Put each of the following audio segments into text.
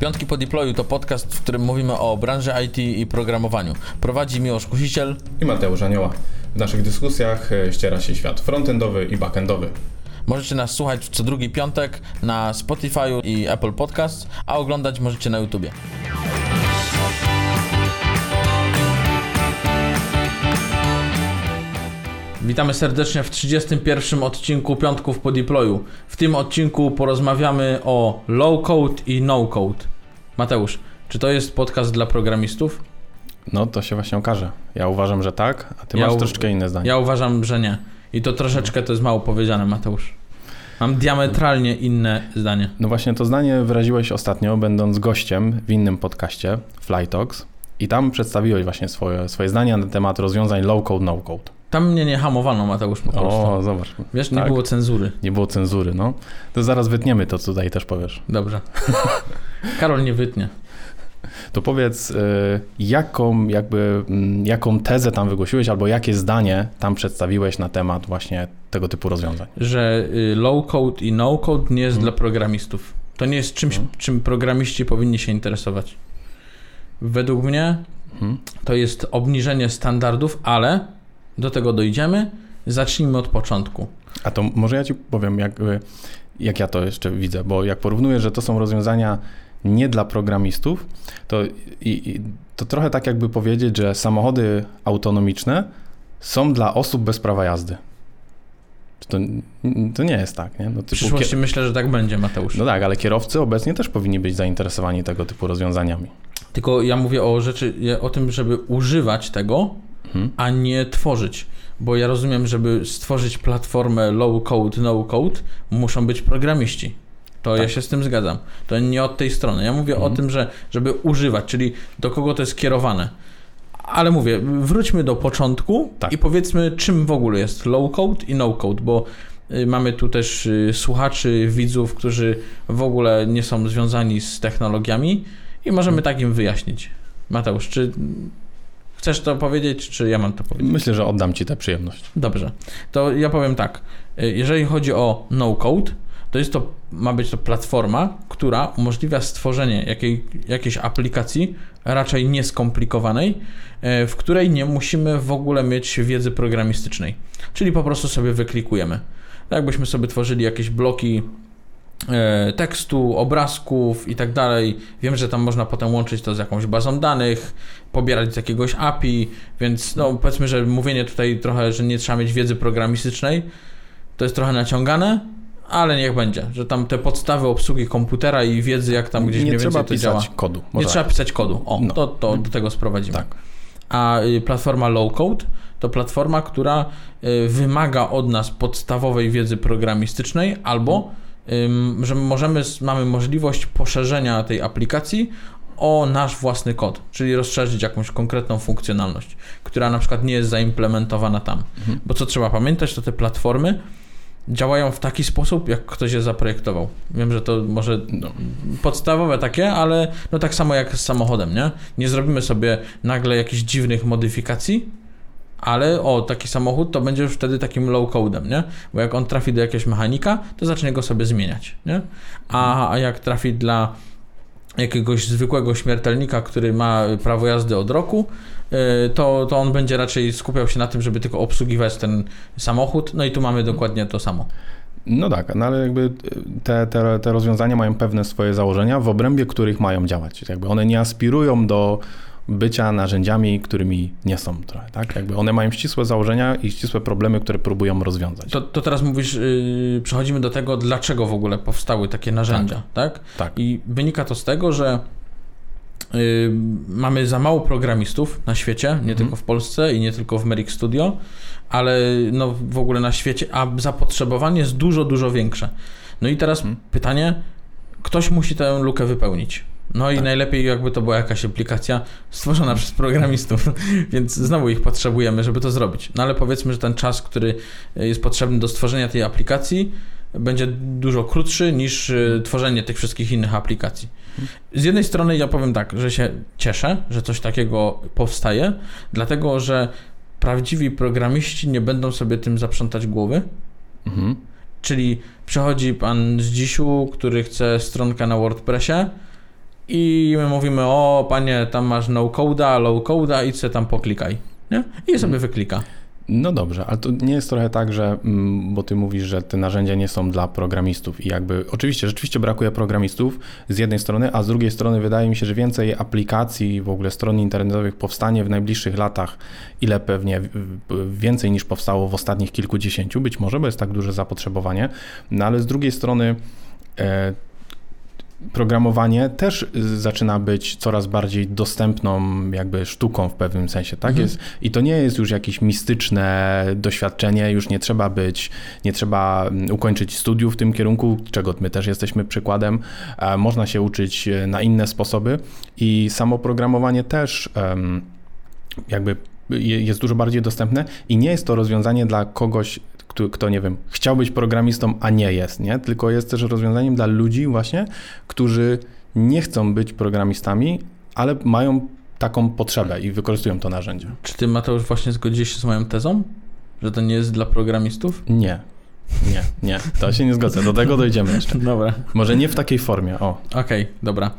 Piątki po deployu to podcast, w którym mówimy o branży IT i programowaniu. Prowadzi Miłosz Kusiciel i Mateusz Anioła. W naszych dyskusjach ściera się świat frontendowy i backendowy. Możecie nas słuchać co drugi piątek na Spotify i Apple Podcast, a oglądać możecie na YouTubie. Witamy serdecznie w 31. odcinku Piątków po deployu. W tym odcinku porozmawiamy o low-code i no-code. Mateusz, czy to jest podcast dla programistów? No to się właśnie okaże. Ja uważam, że tak, a ty masz troszeczkę inne zdanie. Ja uważam, że nie. I to troszeczkę to jest mało powiedziane, Mateusz. Mam diametralnie inne zdanie. No właśnie to zdanie wyraziłeś ostatnio, będąc gościem w innym podcaście, FlyTalks, i tam przedstawiłeś właśnie swoje zdania na temat rozwiązań low-code, no-code. Tam mnie nie hamowano, Mateusz, po prostu. O, zobacz. Wiesz, tak. Nie było cenzury. Nie było cenzury, no. To zaraz wytniemy to, co tutaj też powiesz. Dobrze. Karol nie wytnie. To powiedz, jaką tezę tam wygłosiłeś, albo jakie zdanie tam przedstawiłeś na temat właśnie tego typu rozwiązań? Że low-code i no-code nie jest dla programistów. To nie jest czymś, czym programiści powinni się interesować. Według mnie to jest obniżenie standardów, ale do tego dojdziemy. Zacznijmy od początku. A to może ja ci powiem, jak ja to jeszcze widzę, bo jak porównuję, że to są rozwiązania nie dla programistów, to trochę tak jakby powiedzieć, że samochody autonomiczne są dla osób bez prawa jazdy. To nie jest tak, nie? No, w przyszłości myślę, że tak będzie, Mateusz. No tak, ale kierowcy obecnie też powinni być zainteresowani tego typu rozwiązaniami. Tylko ja mówię o tym, żeby używać tego, a nie tworzyć. Bo ja rozumiem, żeby stworzyć platformę low-code, no-code, muszą być programiści. To tak. Ja się z tym zgadzam. To nie od tej strony. Ja mówię o tym, żeby używać, czyli do kogo to jest kierowane. Ale mówię, wróćmy do początku i powiedzmy, czym w ogóle jest low-code i no-code, bo mamy tu też słuchaczy, widzów, którzy w ogóle nie są związani z technologiami i możemy tak im wyjaśnić. Mateusz, czy chcesz to powiedzieć, czy ja mam to powiedzieć? Myślę, że oddam ci tę przyjemność. Dobrze. To ja powiem tak. Jeżeli chodzi o no-code, ma być to platforma, która umożliwia stworzenie jakiejś aplikacji, raczej nieskomplikowanej, w której nie musimy w ogóle mieć wiedzy programistycznej. Czyli po prostu sobie wyklikujemy. Tak jakbyśmy sobie tworzyli jakieś bloki tekstu, obrazków i tak dalej. Wiem, że tam można potem łączyć to z jakąś bazą danych, pobierać z jakiegoś API, więc no powiedzmy, że mówienie tutaj trochę, że nie trzeba mieć wiedzy programistycznej, to jest trochę naciągane, ale niech będzie, że tam te podstawy obsługi komputera i wiedzy, jak tam gdzieś mniej więcej to działa. Nie trzeba pisać kodu. To do tego sprowadzimy. Tak. A platforma low-code to platforma, która wymaga od nas podstawowej wiedzy programistycznej albo że mamy możliwość poszerzenia tej aplikacji o nasz własny kod, czyli rozszerzyć jakąś konkretną funkcjonalność, która na przykład nie jest zaimplementowana tam. Bo co trzeba pamiętać, to te platformy działają w taki sposób, jak ktoś je zaprojektował. Wiem, że to może podstawowe takie, ale no tak samo jak z samochodem, nie? Nie zrobimy sobie nagle jakichś dziwnych modyfikacji, ale taki samochód to będzie już wtedy takim low-codem, nie? Bo jak on trafi do jakiegoś mechanika, to zacznie go sobie zmieniać, nie? A jak trafi dla jakiegoś zwykłego śmiertelnika, który ma prawo jazdy od roku, to on będzie raczej skupiał się na tym, żeby tylko obsługiwać ten samochód, no i tu mamy dokładnie to samo. No tak, no ale jakby te rozwiązania mają pewne swoje założenia, w obrębie których mają działać. Jakby one nie aspirują do bycia narzędziami, którymi nie są trochę, tak? Jakby one mają ścisłe założenia i ścisłe problemy, które próbują rozwiązać. To teraz mówisz, przechodzimy do tego, dlaczego w ogóle powstały takie narzędzia, tak? Tak. I wynika to z tego, że mamy za mało programistów na świecie, nie tylko w Polsce i nie tylko w Merrick Studio, ale no w ogóle na świecie, a zapotrzebowanie jest dużo, dużo większe. No i teraz pytanie, ktoś musi tę lukę wypełnić. No i najlepiej jakby to była jakaś aplikacja stworzona przez programistów, więc znowu ich potrzebujemy, żeby to zrobić. No ale powiedzmy, że ten czas, który jest potrzebny do stworzenia tej aplikacji, będzie dużo krótszy niż tworzenie tych wszystkich innych aplikacji. Z jednej strony ja powiem tak, że się cieszę, że coś takiego powstaje, dlatego że prawdziwi programiści nie będą sobie tym zaprzątać głowy. Czyli przychodzi pan z dzisiu, który chce stronkę na WordPressie i my mówimy, o panie, tam masz no-code'a, low-code'a, idź sobie tam poklikaj, nie? I sobie wyklika. No dobrze, ale to nie jest trochę tak, że, bo ty mówisz, że te narzędzia nie są dla programistów i jakby, oczywiście, rzeczywiście brakuje programistów z jednej strony, a z drugiej strony wydaje mi się, że więcej aplikacji, w ogóle stron internetowych powstanie w najbliższych latach, ile pewnie więcej niż powstało w ostatnich kilkudziesięciu, być może, bo jest tak duże zapotrzebowanie, no ale z drugiej strony programowanie też zaczyna być coraz bardziej dostępną jakby sztuką w pewnym sensie, tak? Jest, i to nie jest już jakieś mistyczne doświadczenie, już nie trzeba ukończyć studiów w tym kierunku, czego my też jesteśmy przykładem. Można się uczyć na inne sposoby i samo programowanie też jakby jest dużo bardziej dostępne i nie jest to rozwiązanie dla kogoś, kto, nie wiem, chciał być programistą, a nie jest, nie? Tylko jest też rozwiązaniem dla ludzi właśnie, którzy nie chcą być programistami, ale mają taką potrzebę i wykorzystują to narzędzie. Czy ty, Mateusz, właśnie zgodziłeś się z moją tezą? Że to nie jest dla programistów? Nie, to się nie zgodzę, do tego dojdziemy jeszcze. Dobra. Może nie w takiej formie, o. Okej, dobra.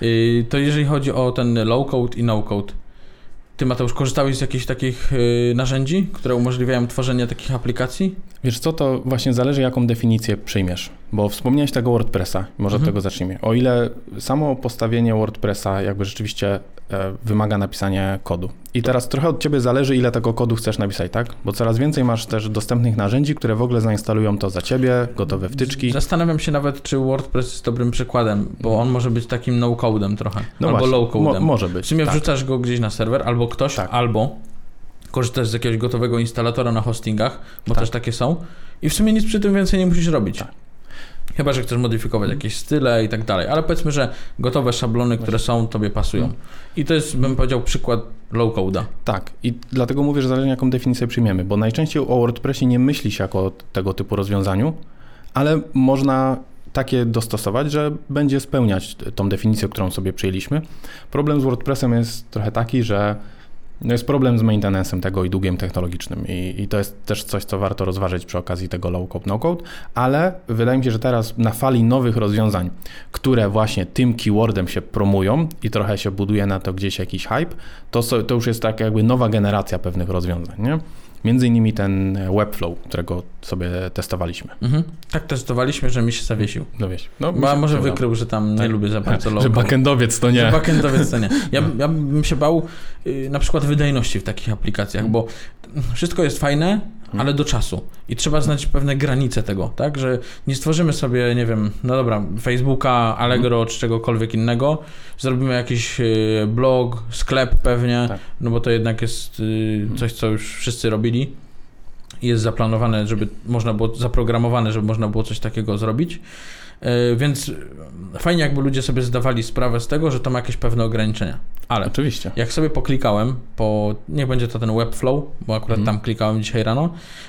To jeżeli chodzi o ten low-code i no-code, ty, Mateusz, korzystałeś z jakichś takich narzędzi, które umożliwiają tworzenie takich aplikacji? Wiesz co, to właśnie zależy, jaką definicję przyjmiesz, bo wspomniałeś tego WordPressa, może od tego zacznijmy. O ile samo postawienie WordPressa jakby rzeczywiście wymaga napisania kodu. I teraz trochę od ciebie zależy, ile tego kodu chcesz napisać, tak? Bo coraz więcej masz też dostępnych narzędzi, które w ogóle zainstalują to za ciebie, gotowe wtyczki. Zastanawiam się nawet, czy WordPress jest dobrym przykładem, bo on może być takim no-codem trochę, no albo low-codem. Może być. W sumie tak. wrzucasz go gdzieś na serwer, albo ktoś, albo korzystasz z jakiegoś gotowego instalatora na hostingach, bo też takie są i w sumie nic przy tym więcej nie musisz robić. Tak. Chyba że chcesz modyfikować jakieś style i tak dalej, ale powiedzmy, że gotowe szablony, które są, tobie pasują. I to jest, bym powiedział, przykład low-code'a. Tak, i dlatego mówię, że zależy, jaką definicję przyjmiemy, bo najczęściej o WordPressie nie myśli się jako o tego typu rozwiązaniu, ale można takie dostosować, że będzie spełniać tą definicję, którą sobie przyjęliśmy. Problem z WordPressem jest trochę taki, że jest problem z maintenance'em tego i długiem technologicznym i to jest też coś, co warto rozważyć przy okazji tego low-code, no-code, ale wydaje mi się, że teraz na fali nowych rozwiązań, które właśnie tym keywordem się promują i trochę się buduje na to gdzieś jakiś hype, to już jest tak jakby nowa generacja pewnych rozwiązań, nie? Między innymi ten Webflow, którego sobie testowaliśmy. Tak testowaliśmy, że mi się zawiesił. No, może wykrył, że tam nie lubię za bardzo low-code. Że backendowiec to nie. Że backendowiec to nie. Ja bym się bał na przykład wydajności w takich aplikacjach, bo wszystko jest fajne, ale do czasu. I trzeba znać pewne granice tego, tak? Że nie stworzymy sobie, nie wiem, no dobra, Facebooka, Allegro czy czegokolwiek innego, zrobimy jakiś blog, sklep pewnie, no bo to jednak jest coś, co już wszyscy robili. Jest zaplanowane, żeby można było, zaprogramowane, żeby można było coś takiego zrobić. Więc fajnie, jakby ludzie sobie zdawali sprawę z tego, że to ma jakieś pewne ograniczenia. Ale oczywiście. Jak sobie poklikałem, niech będzie to ten Webflow, bo akurat tam klikałem dzisiaj rano,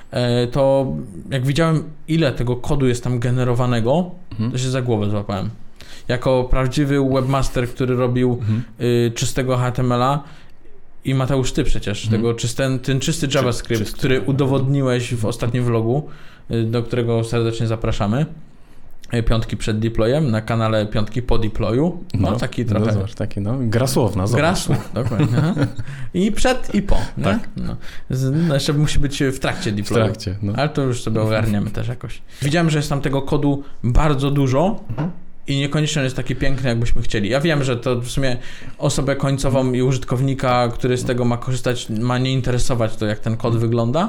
to jak widziałem, ile tego kodu jest tam generowanego, to się za głowę złapałem. Jako prawdziwy webmaster, który robił czystego HTML-a, i Mateusz, ty przecież, ten czysty JavaScript, który udowodniłeś w ostatnim vlogu, do którego serdecznie zapraszamy. Piątki przed deployem, na kanale Piątki po deployu. No taki trochę. Zobacz, taki gra słowna. Gra słów, dokładnie. I przed i po. Tak. No, jeszcze musi być w trakcie deployu. Ale to już sobie ogarniemy też jakoś. Widziałem, że jest tam tego kodu bardzo dużo. I niekoniecznie on jest taki piękny, jakbyśmy chcieli. Ja wiem, że to w sumie osobę końcową i użytkownika, który z tego ma korzystać, ma nie interesować to, jak ten kod wygląda,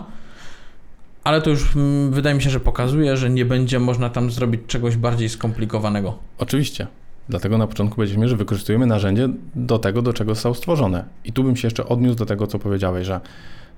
ale to już wydaje mi się, że pokazuje, że nie będzie można tam zrobić czegoś bardziej skomplikowanego. Oczywiście. Dlatego na początku powiedzieliśmy, że wykorzystujemy narzędzie do tego, do czego zostało stworzone. I tu bym się jeszcze odniósł do tego, co powiedziałeś, że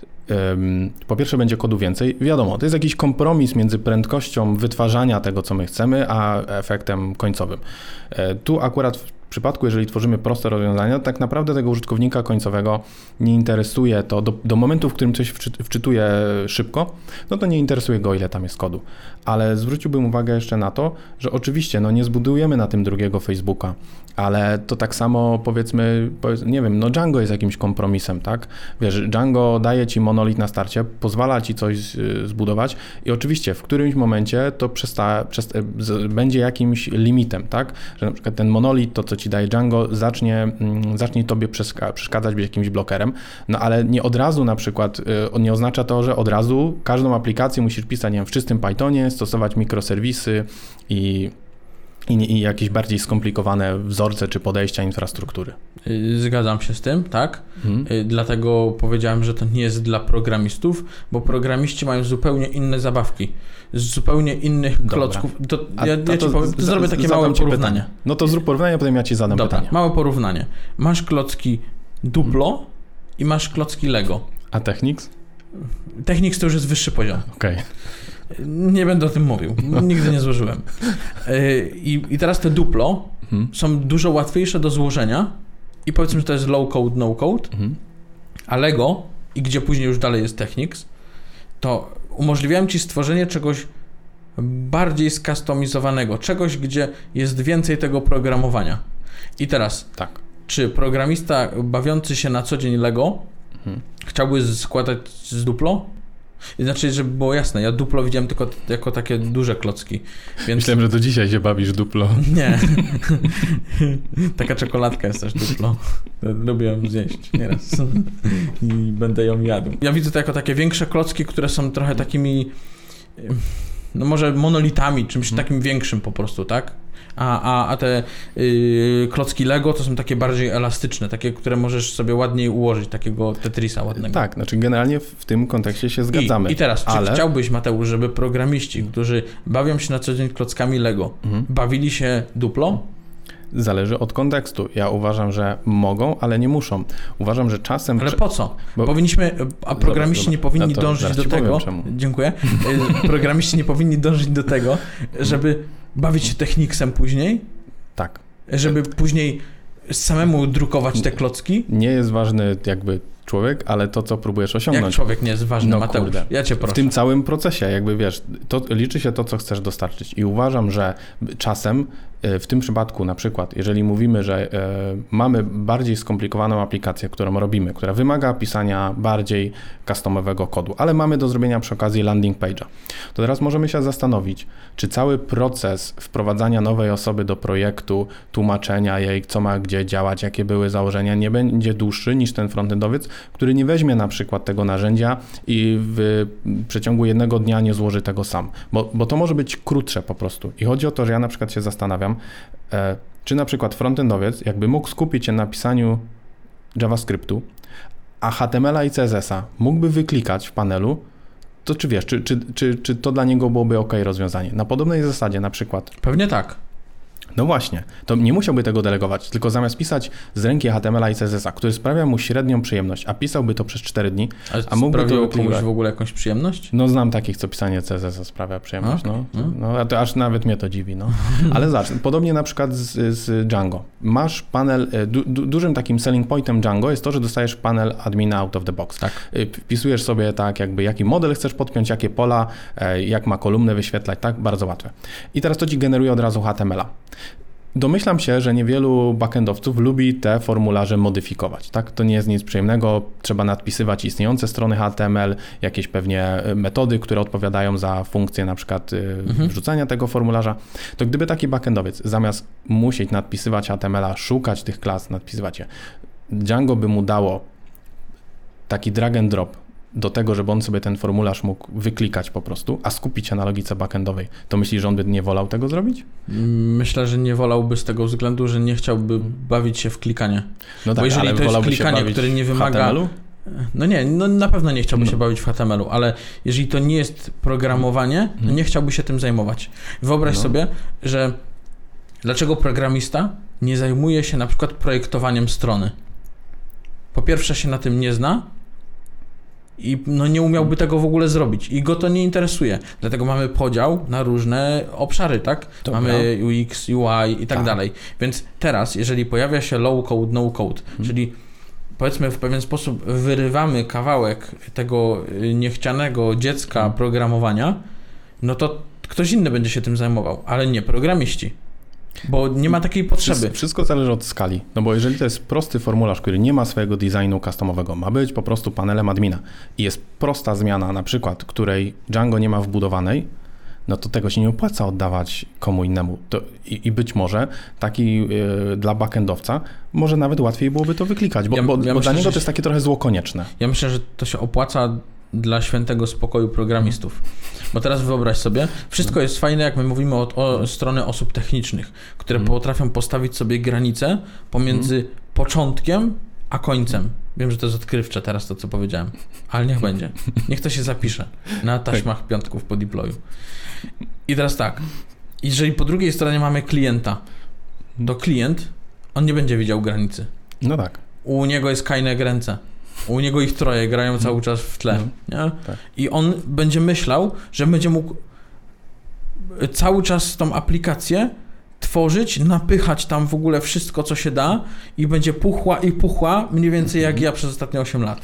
po pierwsze będzie kodu więcej. Wiadomo, to jest jakiś kompromis między prędkością wytwarzania tego, co my chcemy, a efektem końcowym. Tu akurat w przypadku, jeżeli tworzymy proste rozwiązania, tak naprawdę tego użytkownika końcowego nie interesuje to, do momentu, w którym coś wczytuje szybko, no to nie interesuje go, ile tam jest kodu. Ale zwróciłbym uwagę jeszcze na to, że oczywiście nie zbudujemy na tym drugiego Facebooka, ale to tak samo powiedzmy, nie wiem, Django jest jakimś kompromisem, tak? Wiesz, Django daje ci monolit na starcie, pozwala ci coś zbudować i oczywiście w którymś momencie to będzie jakimś limitem, tak? Że na przykład ten monolit, to co ci daje Django, zacznie tobie przeszkadzać, być jakimś blokerem, no ale nie od razu na przykład, nie oznacza to, że od razu każdą aplikację musisz pisać, nie wiem, w czystym Pythonie, stosować mikroserwisy i jakieś bardziej skomplikowane wzorce czy podejścia infrastruktury. Zgadzam się z tym, tak? Dlatego powiedziałem, że to nie jest dla programistów, bo programiści mają zupełnie inne zabawki, z zupełnie innych klocków. Zrobię takie małe porównanie. Pytanie. No to zrób porównanie, a potem ja ci zadam pytanie. Małe porównanie. Masz klocki Duplo i masz klocki Lego. A Technics? Technics to już jest wyższy poziom. Okej. Nie będę o tym mówił. Nigdy nie złożyłem. I teraz te Duplo są dużo łatwiejsze do złożenia i powiedzmy, że to jest low code, no code, a Lego, i gdzie później już dalej jest Technics, to umożliwiają ci stworzenie czegoś bardziej skustomizowanego, czegoś, gdzie jest więcej tego programowania. I teraz, czy programista bawiący się na co dzień Lego chciałby składać z Duplo? Znaczy, żeby było jasne, ja Duplo widziałem tylko jako takie duże klocki. Więc... Myślałem, że to dzisiaj się bawisz Duplo. Nie. Taka czekoladka jest też Duplo. Lubię ją zjeść nieraz. I będę ją jadł. Ja widzę to jako takie większe klocki, które są trochę takimi, no może monolitami, czymś takim większym po prostu, tak? A te klocki Lego to są takie bardziej elastyczne, takie, które możesz sobie ładniej ułożyć, takiego Tetrisa ładnego. Tak, znaczy generalnie w tym kontekście się zgadzamy. I teraz, czy chciałbyś, Mateusz, żeby programiści, którzy bawią się na co dzień klockami Lego, bawili się Duplo? Zależy od kontekstu. Ja uważam, że mogą, ale nie muszą. Uważam, że czasem... Ale po co? Powinniśmy, a programiści nie powinni dążyć do tego... Dziękuję. Programiści nie powinni dążyć do tego, żeby bawić się Technicsem później? Tak. Żeby później samemu drukować te klocki? Nie jest ważny jakby człowiek, ale to, co próbujesz osiągnąć. Jak człowiek nie jest ważny, Mateusz? Kurde. Ja cię proszę. W tym całym procesie, jakby wiesz, to liczy się to, co chcesz dostarczyć. I uważam, że czasem w tym przypadku na przykład, jeżeli mówimy, że mamy bardziej skomplikowaną aplikację, którą robimy, która wymaga pisania bardziej customowego kodu, ale mamy do zrobienia przy okazji landing page'a, to teraz możemy się zastanowić, czy cały proces wprowadzania nowej osoby do projektu, tłumaczenia jej, co ma gdzie działać, jakie były założenia, nie będzie dłuższy niż ten frontendowiec, który nie weźmie na przykład tego narzędzia i w przeciągu jednego dnia nie złoży tego sam, bo to może być krótsze po prostu. I chodzi o to, że ja na przykład się zastanawiam, czy na przykład frontendowiec jakby mógł skupić się na pisaniu JavaScriptu, a HTML-a i CSS-a mógłby wyklikać w panelu, to czy wiesz, czy to dla niego byłoby OK rozwiązanie? Na podobnej zasadzie na przykład. Pewnie tak. No właśnie, to nie musiałby tego delegować, tylko zamiast pisać z ręki HTML-a i CSS-a, który sprawia mu średnią przyjemność, a pisałby to przez 4 dni, a mógłby to sprawiło komuś w ogóle jakąś przyjemność? No znam takich, co pisanie CSS-a sprawia przyjemność, no to aż nawet mnie to dziwi, no. Ale zacznę, podobnie na przykład z Django. Masz panel, dużym takim selling pointem Django jest to, że dostajesz panel admina out of the box. Tak. Wpisujesz sobie tak jakby jaki model chcesz podpiąć, jakie pola, jak ma kolumny wyświetlać, tak, bardzo łatwe. I teraz to ci generuje od razu HTML-a. Domyślam się, że niewielu backendowców lubi te formularze modyfikować, tak? To nie jest nic przyjemnego, trzeba nadpisywać istniejące strony HTML, jakieś pewnie metody, które odpowiadają za funkcję na przykład wrzucania tego formularza. To gdyby taki backendowiec zamiast musieć nadpisywać HTML-a, szukać tych klas, nadpisywać je, Django by mu dało taki drag and drop do tego, żeby on sobie ten formularz mógł wyklikać po prostu, a skupić się na logice backendowej, to myślisz, że on by nie wolał tego zrobić? Myślę, że nie wolałby z tego względu, że nie chciałby bawić się w klikanie. No tak, bo jeżeli to jest klikanie, które nie wymaga... HTML-u? No nie, no na pewno nie chciałby się bawić w HTML-u, ale jeżeli to nie jest programowanie, to nie chciałby się tym zajmować. Wyobraź sobie, że dlaczego programista nie zajmuje się na przykład projektowaniem strony? Po pierwsze się na tym nie zna, i no nie umiałby tego w ogóle zrobić i go to nie interesuje. Dlatego mamy podział na różne obszary, tak? Dobra. Mamy UX, UI i tak dalej. Więc teraz, jeżeli pojawia się low code, no code, czyli powiedzmy w pewien sposób wyrywamy kawałek tego niechcianego dziecka programowania, no to ktoś inny będzie się tym zajmował, ale nie programiści. Bo nie ma takiej potrzeby. Wszystko zależy od skali. No bo jeżeli to jest prosty formularz, który nie ma swojego designu customowego, ma być po prostu panelem admina i jest prosta zmiana, na przykład, której Django nie ma wbudowanej, no to tego się nie opłaca oddawać komu innemu. I być może taki dla backendowca może nawet łatwiej byłoby to wyklikać, bo myślę, dla niego to jest takie trochę zło konieczne. Ja myślę, że to się opłaca dla świętego spokoju programistów. Bo teraz wyobraź sobie, wszystko jest fajne, jak my mówimy o strony osób technicznych, które potrafią postawić sobie granicę pomiędzy początkiem a końcem. Wiem, że to jest odkrywcze teraz to, co powiedziałem, ale niech będzie. Niech to się zapisze na taśmach piątków po deployu. I teraz tak, jeżeli po drugiej stronie mamy klienta, to klient, on nie będzie widział granicy. No tak. U niego jest kajnek ręce. U niego ich troje grają cały czas w tle. Nie? Tak. I on będzie myślał, że będzie mógł cały czas tą aplikację tworzyć, napychać tam w ogóle wszystko, co się da i będzie puchła mniej więcej jak ja przez ostatnie 8 lat.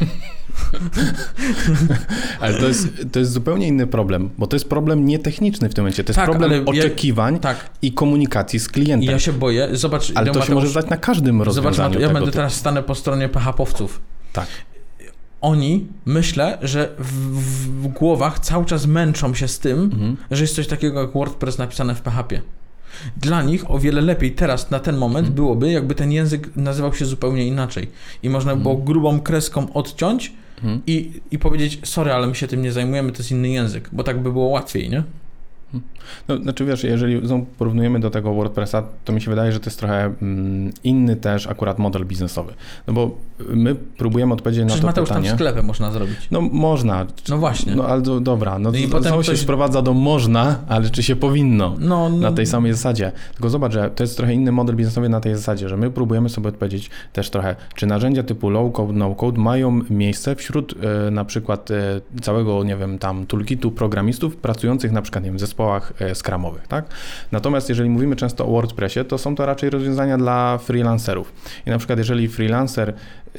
Ale to jest zupełnie inny problem, bo to jest problem nietechniczny w tym momencie. To jest problem oczekiwań i komunikacji z klientem. I ja się boję, zobacz... Ale to się może zdać na każdym rozwiązaniu. Zobacz, ja będę teraz stanę po stronie PHP-owców. Tak. Oni, myślę, że w głowach cały czas męczą się z tym, że jest coś takiego jak WordPress napisane w PHP. Dla nich o wiele lepiej teraz, na ten moment byłoby, jakby ten język nazywał się zupełnie inaczej. I można by było grubą kreską odciąć i powiedzieć, sorry, ale my się tym nie zajmujemy, to jest inny język, bo tak by było łatwiej, nie? No, znaczy wiesz, jeżeli porównujemy do tego WordPressa, to mi się wydaje, że to jest trochę inny też akurat model biznesowy. No bo my próbujemy odpowiedzieć na to Mateusz, pytanie. Tam w sklepie można zrobić. No można. No właśnie. No ale dobra, no i znowu się sprowadza do można, ale czy się powinno na tej samej zasadzie. Tylko zobacz, że to jest trochę inny model biznesowy na tej zasadzie, że my próbujemy sobie odpowiedzieć też trochę, czy narzędzia typu low-code, no-code mają miejsce wśród na przykład całego, nie wiem, tam toolkitu programistów pracujących na przykład, nie wiem, w zespołach scrumowych, tak? Natomiast jeżeli mówimy często o WordPressie, to są to raczej rozwiązania dla freelancerów. I na przykład jeżeli freelancer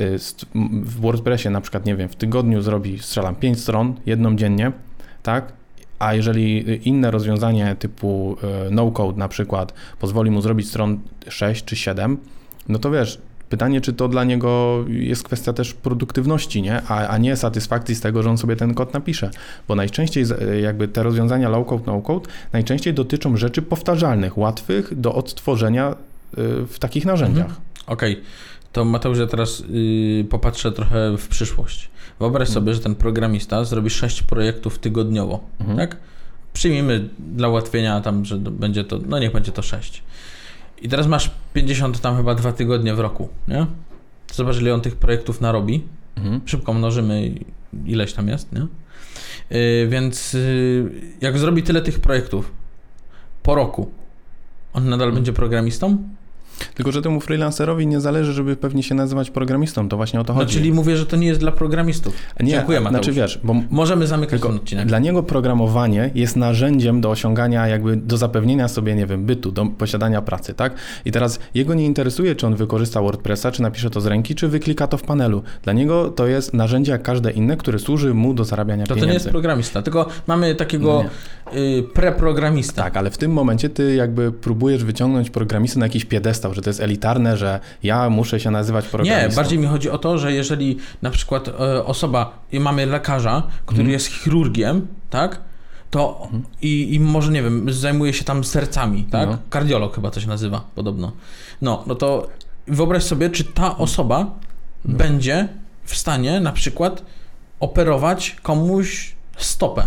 w WordPressie na przykład, nie wiem, w tygodniu zrobi, strzelam, 5 stron, jedną dziennie, tak? A jeżeli inne rozwiązanie typu no-code na przykład pozwoli mu zrobić stron 6 czy 7, no to wiesz, pytanie, czy to dla niego jest kwestia też produktywności, nie? A nie satysfakcji z tego, że on sobie ten kod napisze. Bo najczęściej jakby te rozwiązania low-code, no-code najczęściej dotyczą rzeczy powtarzalnych, łatwych do odtworzenia w takich narzędziach. Okej. To Mateusz, ja teraz popatrzę trochę w przyszłość. Wyobraź sobie, że ten programista zrobi 6 projektów tygodniowo, tak? Przyjmijmy dla ułatwienia tam, że będzie to, no niech będzie to 6. I teraz masz 50 tam chyba 2 tygodnie w roku, nie? Zobacz, ile on tych projektów narobi. Szybko mnożymy, ileś tam jest, nie? Więc jak zrobi tyle tych projektów po roku, on nadal będzie programistą? Tylko że temu freelancerowi nie zależy, żeby pewnie się nazywać programistą, to właśnie o to chodzi. No, czyli mówię, że to nie jest dla programistów. Nie, dziękuję, Mateusz. Znaczy wiesz, bo możemy zamykać ten odcinek. Dla niego programowanie jest narzędziem do osiągania jakby, do zapewnienia sobie, nie wiem, bytu, do posiadania pracy, tak? I teraz jego nie interesuje, czy on wykorzysta WordPressa, czy napisze to z ręki, czy wyklika to w panelu. Dla niego to jest narzędzie jak każde inne, które służy mu do zarabiania pieniędzy. To nie jest programista, tylko mamy takiego preprogramista. Tak, ale w tym momencie ty jakby próbujesz wyciągnąć programistę na jakiś piedestał, że to jest elitarne, że ja muszę się nazywać programistą. Nie, bardziej mi chodzi o to, że jeżeli na przykład osoba, i mamy lekarza, który jest chirurgiem, tak, to i może, nie wiem, zajmuje się tam sercami, tak, kardiolog chyba to się nazywa podobno. No to wyobraź sobie, czy ta osoba będzie w stanie na przykład operować komuś stopę.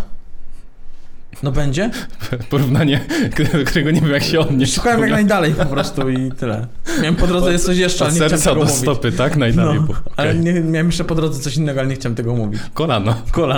No będzie? Porównanie, którego nie wiem jak się odnieść. Szukałem jak najdalej po prostu i tyle. Miałem po drodze jest coś jeszcze, ale nie chciałem tego mówić. Od serca do stopy, tak? Najdalej. No, ale miałem jeszcze po drodze coś innego, ale nie chciałem tego mówić. Kolano.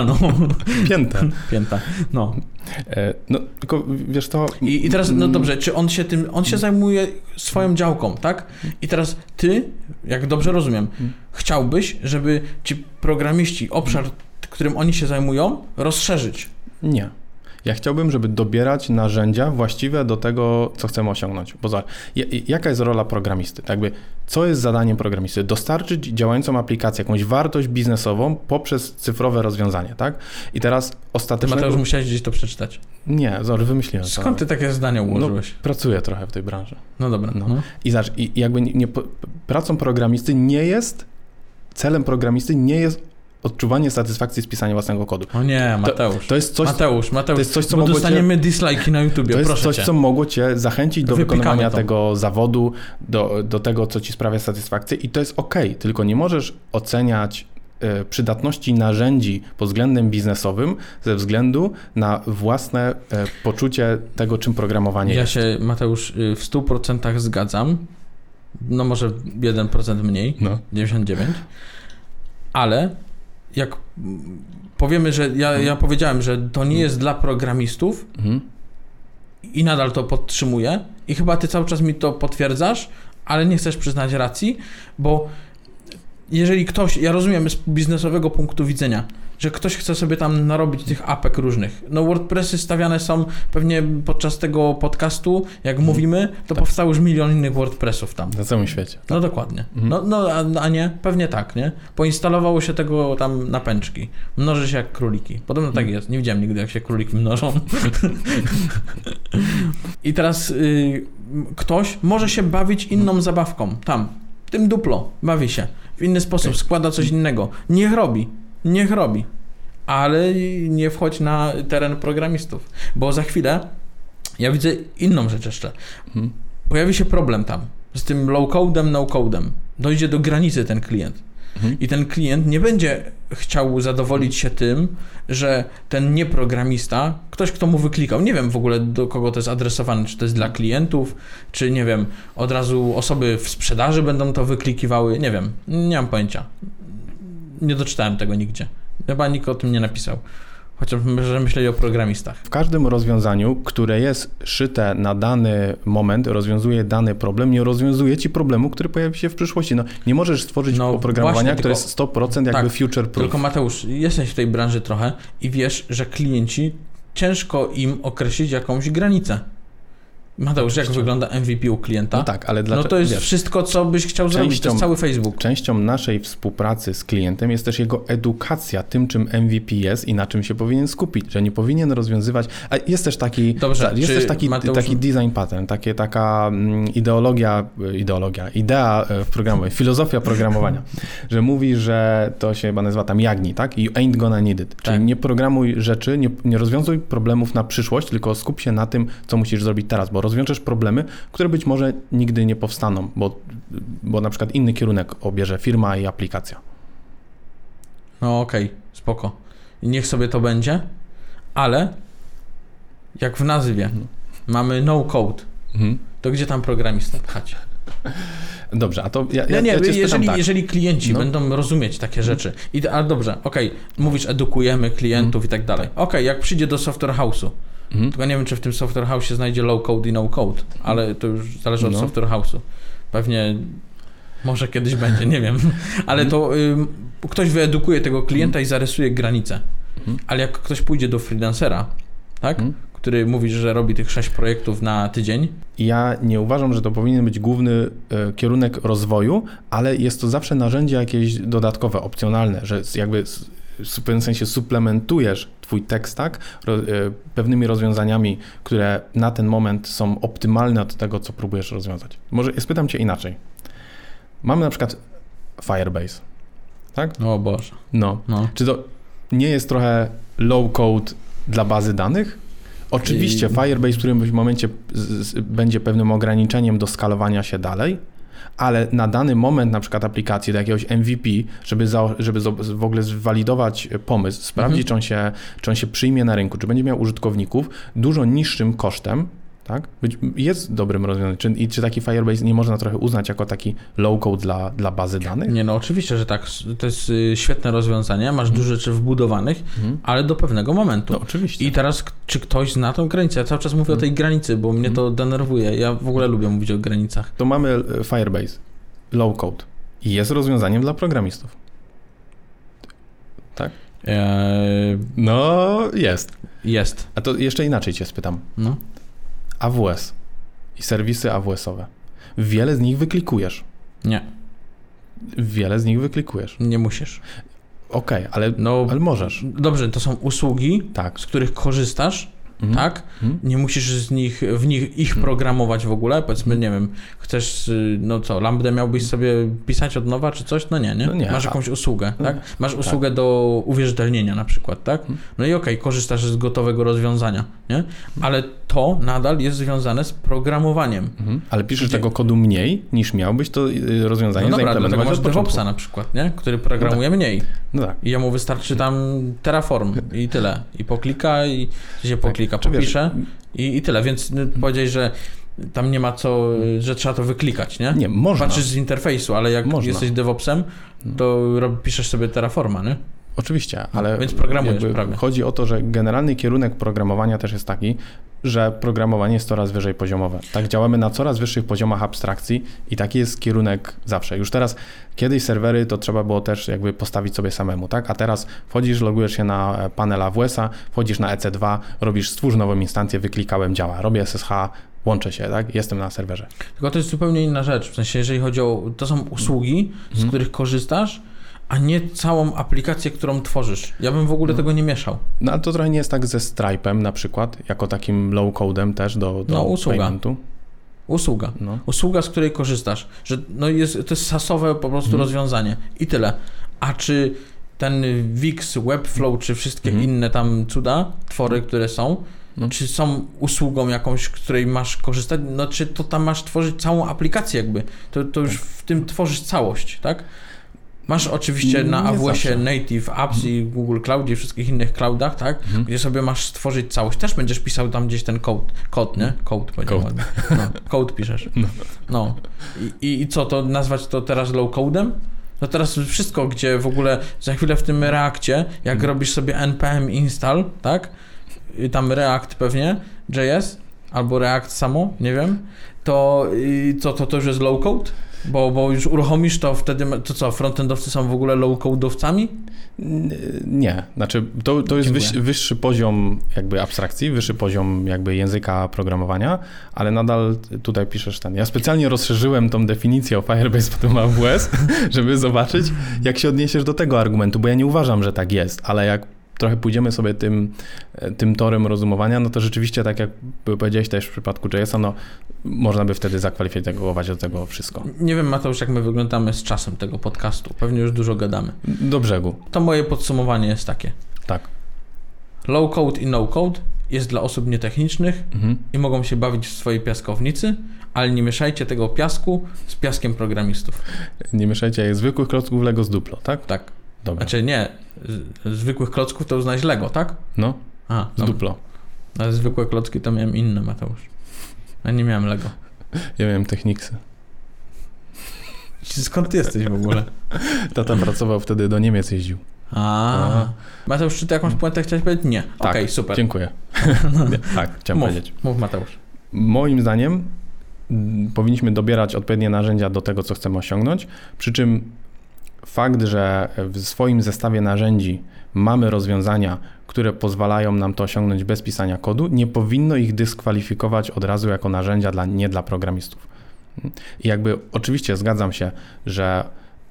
Pięta, no. No, tylko wiesz to... I teraz, no dobrze, czy on się zajmuje swoją działką, tak? I teraz ty, jak dobrze rozumiem, chciałbyś, żeby ci programiści obszar, którym oni się zajmują, rozszerzyć? Nie. Ja chciałbym, żeby dobierać narzędzia właściwe do tego, co chcemy osiągnąć. Bo jaka jest rola programisty? Jakby, co jest zadaniem programisty? Dostarczyć działającą aplikację, jakąś wartość biznesową poprzez cyfrowe rozwiązanie, tak? I teraz ostatecznie... Mateusz, musiałeś gdzieś to przeczytać. Nie, wymyśliłem to. Skąd ty takie zdania ułożyłeś? No, pracuję trochę w tej branży. No dobra. No. I jakby pracą programisty nie jest, celem programisty nie jest odczuwanie satysfakcji z pisania własnego kodu. O nie, Mateusz. To jest coś, Mateusz, to jest coś, co bo dostaniemy dislike'i na YouTubie, to jest proszę coś, cię. co mogło cię zachęcić do Wypikamy wykonywania to. tego zawodu, do tego, co ci sprawia satysfakcję i to jest okej, tylko nie możesz oceniać przydatności narzędzi pod względem biznesowym ze względu na własne poczucie tego, czym programowanie jest. Ja się, Mateusz, w 100% zgadzam. No może 1% mniej, 99. Ale jak powiemy, że ja powiedziałem, że to nie jest dla programistów i nadal to podtrzymuję i chyba ty cały czas mi to potwierdzasz, ale nie chcesz przyznać racji, bo jeżeli ktoś, ja rozumiem z biznesowego punktu widzenia, że ktoś chce sobie tam narobić tych apek różnych. No WordPressy stawiane są pewnie podczas tego podcastu, jak mówimy, to powstało już milion innych WordPressów tam. Na całym świecie. No dokładnie. No a nie? Pewnie tak, nie? Poinstalowało się tego tam na pęczki. Mnoży się jak króliki. Podobno tak jest. Nie widziałem nigdy, jak się króliki mnożą. I teraz ktoś może się bawić inną zabawką. Tam. Tym duplo. Bawi się. W inny sposób. Składa coś innego. Niech robi. Ale nie wchodź na teren programistów. Bo za chwilę ja widzę inną rzecz jeszcze. Pojawi się problem tam z tym low-codem, no-codem. Dojdzie do granicy ten klient. I ten klient nie będzie chciał zadowolić się tym, że ten nieprogramista, ktoś, kto mu wyklikał, nie wiem w ogóle do kogo to jest adresowane, czy to jest dla klientów, czy nie wiem, od razu osoby w sprzedaży będą to wyklikiwały, nie wiem, nie mam pojęcia. Nie doczytałem tego nigdzie. Chyba nikt o tym nie napisał. Chociaż myśleli o programistach. W każdym rozwiązaniu, które jest szyte na dany moment, rozwiązuje dany problem, nie rozwiązuje ci problemu, który pojawi się w przyszłości. No, nie możesz stworzyć oprogramowania, właśnie, które jest 100% jakby future proof. Tylko Mateusz, jesteś w tej branży trochę i wiesz, że klienci, ciężko im określić jakąś granicę. Mateusz, jak wygląda MVP u klienta? No tak, ale dlaczego? No to jest wszystko, co byś chciał zrobić, to jest cały Facebook. Częścią naszej współpracy z klientem jest też jego edukacja tym, czym MVP jest i na czym się powinien skupić, że nie powinien rozwiązywać, a jest też taki, taki design pattern, taka idea w programowaniu, filozofia programowania, że mówi, że to się chyba nazywa tam Jagni, tak? You ain't gonna need it. Czyli nie programuj rzeczy, nie rozwiązuj problemów na przyszłość, tylko skup się na tym, co musisz zrobić teraz, bo rozwiążesz problemy, które być może nigdy nie powstaną, bo na przykład inny kierunek obierze firma i aplikacja. No okej, spoko. I niech sobie to będzie, ale jak w nazwie mamy no code, to gdzie tam programista pchać? Dobrze, a to jeżeli klienci będą rozumieć takie rzeczy, ale dobrze, mówisz edukujemy klientów i tak dalej. Jak przyjdzie do software house'u, tylko nie wiem, czy w tym software house się znajdzie low code i no code, ale to już zależy od software house'u. Pewnie może kiedyś będzie, nie wiem, ale to ktoś wyedukuje tego klienta i zarysuje granicę. Ale jak ktoś pójdzie do freelancera, tak? Który mówi, że robi tych 6 projektów na tydzień. Ja nie uważam, że to powinien być główny kierunek rozwoju, ale jest to zawsze narzędzie jakieś dodatkowe, opcjonalne, że jakby w pewnym sensie suplementujesz twój tech stack pewnymi rozwiązaniami, które na ten moment są optymalne od tego, co próbujesz rozwiązać. Może spytam cię inaczej. Mamy na przykład Firebase, tak? O Boże. No. Czy to nie jest trochę low code dla bazy danych? Oczywiście Firebase w którymś momencie będzie pewnym ograniczeniem do skalowania się dalej, ale na dany moment na przykład aplikacji do jakiegoś MVP, żeby w ogóle zwalidować pomysł, sprawdzić, czy on się przyjmie na rynku, czy będzie miał użytkowników, dużo niższym kosztem, tak? Jest dobrym rozwiązaniem. Czy taki Firebase nie można trochę uznać jako taki low-code dla bazy danych? Nie, no oczywiście, że tak. To jest świetne rozwiązanie, masz dużo rzeczy wbudowanych, ale do pewnego momentu. No oczywiście. I teraz, czy ktoś zna tą granicę? Ja cały czas mówię o tej granicy, bo mnie to denerwuje. Ja w ogóle lubię mówić o granicach. To mamy Firebase, low-code i jest rozwiązaniem dla programistów. Tak? No, jest. Jest. A to jeszcze inaczej cię spytam. No. AWS i serwisy AWS-owe. Wiele z nich wyklikujesz. Nie. Wiele z nich wyklikujesz. Nie musisz. Okej, ale możesz. Dobrze, to są usługi, z których korzystasz tak? Nie musisz w nich ich programować w ogóle, powiedzmy, nie wiem, chcesz, no co, lambdę miałbyś sobie pisać od nowa czy coś? No nie. No nie. Masz jakąś usługę, tak? Masz usługę do uwierzytelnienia na przykład, tak? No i okej, korzystasz z gotowego rozwiązania, nie? Ale to nadal jest związane z programowaniem. Ale piszesz tego kodu mniej, niż miałbyś to rozwiązanie zaimplementować masz DevOpsa na przykład, nie? Który programuje mniej. No tak. I jemu wystarczy tam Terraform i tyle. I poklika, i się poklika, popisze i tyle. Więc powiedziałeś, że tam nie ma co, że trzeba to wyklikać, nie? Nie, można. Patrzysz z interfejsu, ale jak jesteś DevOpsem, to piszesz sobie Terraforma, nie? Oczywiście, ale więc programujesz prawie. Chodzi o to, że generalny kierunek programowania też jest taki, że programowanie jest coraz wyżej poziomowe. Tak, działamy na coraz wyższych poziomach abstrakcji i taki jest kierunek zawsze. Już teraz, kiedyś serwery to trzeba było też jakby postawić sobie samemu, tak? A teraz wchodzisz, logujesz się na panel AWS-a, wchodzisz na EC2, robisz stwórz nową instancję, wyklikałem, działa, robię SSH, łączę się, tak? Jestem na serwerze. Tylko to jest zupełnie inna rzecz, w sensie jeżeli chodzi o, to są usługi, z których korzystasz, a nie całą aplikację, którą tworzysz. Ja bym w ogóle tego nie mieszał. No ale to trochę nie jest tak ze Stripe'em na przykład, jako takim low-codem też do usługa. paymentu. Usługa. No. Usługa, z której korzystasz. Że to jest SaaS-owe po prostu rozwiązanie. I tyle. A czy ten Wix, Webflow, czy wszystkie inne tam cuda, twory, które są, czy są usługą jakąś, której masz korzystać, no czy to tam masz tworzyć całą aplikację jakby. To już w tym tworzysz całość, tak? Masz oczywiście na AWS-ie Native Apps i Google Cloud i wszystkich innych cloudach, tak? Gdzie sobie masz stworzyć całość. Też będziesz pisał tam gdzieś ten kod, nie? Code. Code piszesz. No. I co, to nazwać to teraz low-codem? No teraz wszystko, gdzie w ogóle za chwilę w tym Reactie, jak robisz sobie npm install, tak? I tam React pewnie, JS, albo React samo, nie wiem, to już jest low-code? Bo już uruchomisz to wtedy, to co, frontendowcy są w ogóle low-code'owcami? Nie, znaczy to jest wyższy poziom jakby abstrakcji, wyższy poziom jakby języka programowania, ale nadal tutaj piszesz ten. Ja specjalnie rozszerzyłem tą definicję o Firebase potem AWS, żeby zobaczyć, jak się odniesiesz do tego argumentu, bo ja nie uważam, że tak jest, ale jak trochę pójdziemy sobie tym torem rozumowania, no to rzeczywiście, tak jak powiedziałeś też w przypadku JS-a, no można by wtedy zakwalifikować do tego wszystko. Nie wiem, Mateusz, jak my wyglądamy z czasem tego podcastu. Pewnie już dużo gadamy. Do brzegu. To moje podsumowanie jest takie. Tak. Low code i no code jest dla osób nietechnicznych i mogą się bawić w swojej piaskownicy, ale nie mieszajcie tego piasku z piaskiem programistów. Nie mieszajcie jak zwykłych klocków Lego z Duplo, tak? Tak. Dobra. Znaczy nie, zwykłych klocków to uznać Lego, tak? No, z Duplo. Ale zwykłe klocki to miałem inne, Mateusz. Ja nie miałem Lego. Ja miałem Technicsy. Skąd ty jesteś w ogóle? Tata pracował wtedy, do Niemiec jeździł. Mateusz, czy ty jakąś puentę chciałeś powiedzieć? Nie. Tak, Okej, super. Dziękuję. Tak, chciałem powiedzieć. Mów, Mateusz. Moim zdaniem powinniśmy dobierać odpowiednie narzędzia do tego, co chcemy osiągnąć, przy czym fakt, że w swoim zestawie narzędzi mamy rozwiązania, które pozwalają nam to osiągnąć bez pisania kodu, nie powinno ich dyskwalifikować od razu jako narzędzia nie dla programistów. I jakby oczywiście zgadzam się, że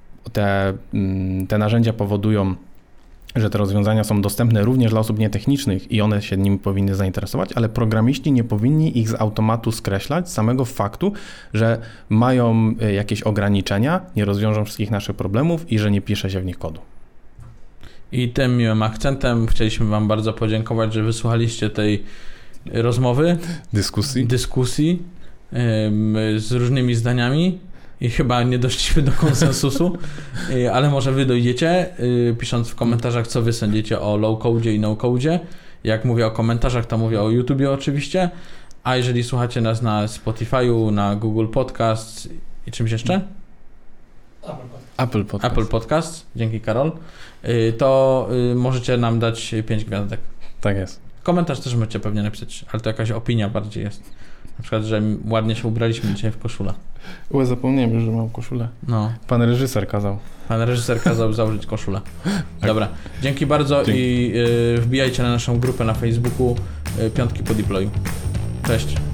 te narzędzia powodują, że te rozwiązania są dostępne również dla osób nietechnicznych i one się nimi powinny zainteresować, ale programiści nie powinni ich z automatu skreślać z samego faktu, że mają jakieś ograniczenia, nie rozwiążą wszystkich naszych problemów i że nie pisze się w nich kodu. I tym miłym akcentem chcieliśmy Wam bardzo podziękować, że wysłuchaliście tej rozmowy, dyskusji z różnymi zdaniami. I chyba nie doszliśmy do konsensusu, ale może wy dojdziecie, pisząc w komentarzach, co wy sądzicie o low-codzie i no-codzie. Jak mówię o komentarzach, to mówię o YouTubie oczywiście, a jeżeli słuchacie nas na Spotify'u, na Google Podcasts i czymś jeszcze? Apple Podcast, dzięki Karol, to możecie nam dać 5 gwiazdek. Tak jest. Komentarz też możecie pewnie napisać, ale to jakaś opinia bardziej jest. Na przykład, że ładnie się ubraliśmy dzisiaj w koszulę. Zapomniałem, że mam koszulę. No. Pan reżyser kazał założyć koszulę. Tak. Dobra, dzięki bardzo. Dzięki. I wbijajcie na naszą grupę na Facebooku Piątki po deployu. Cześć.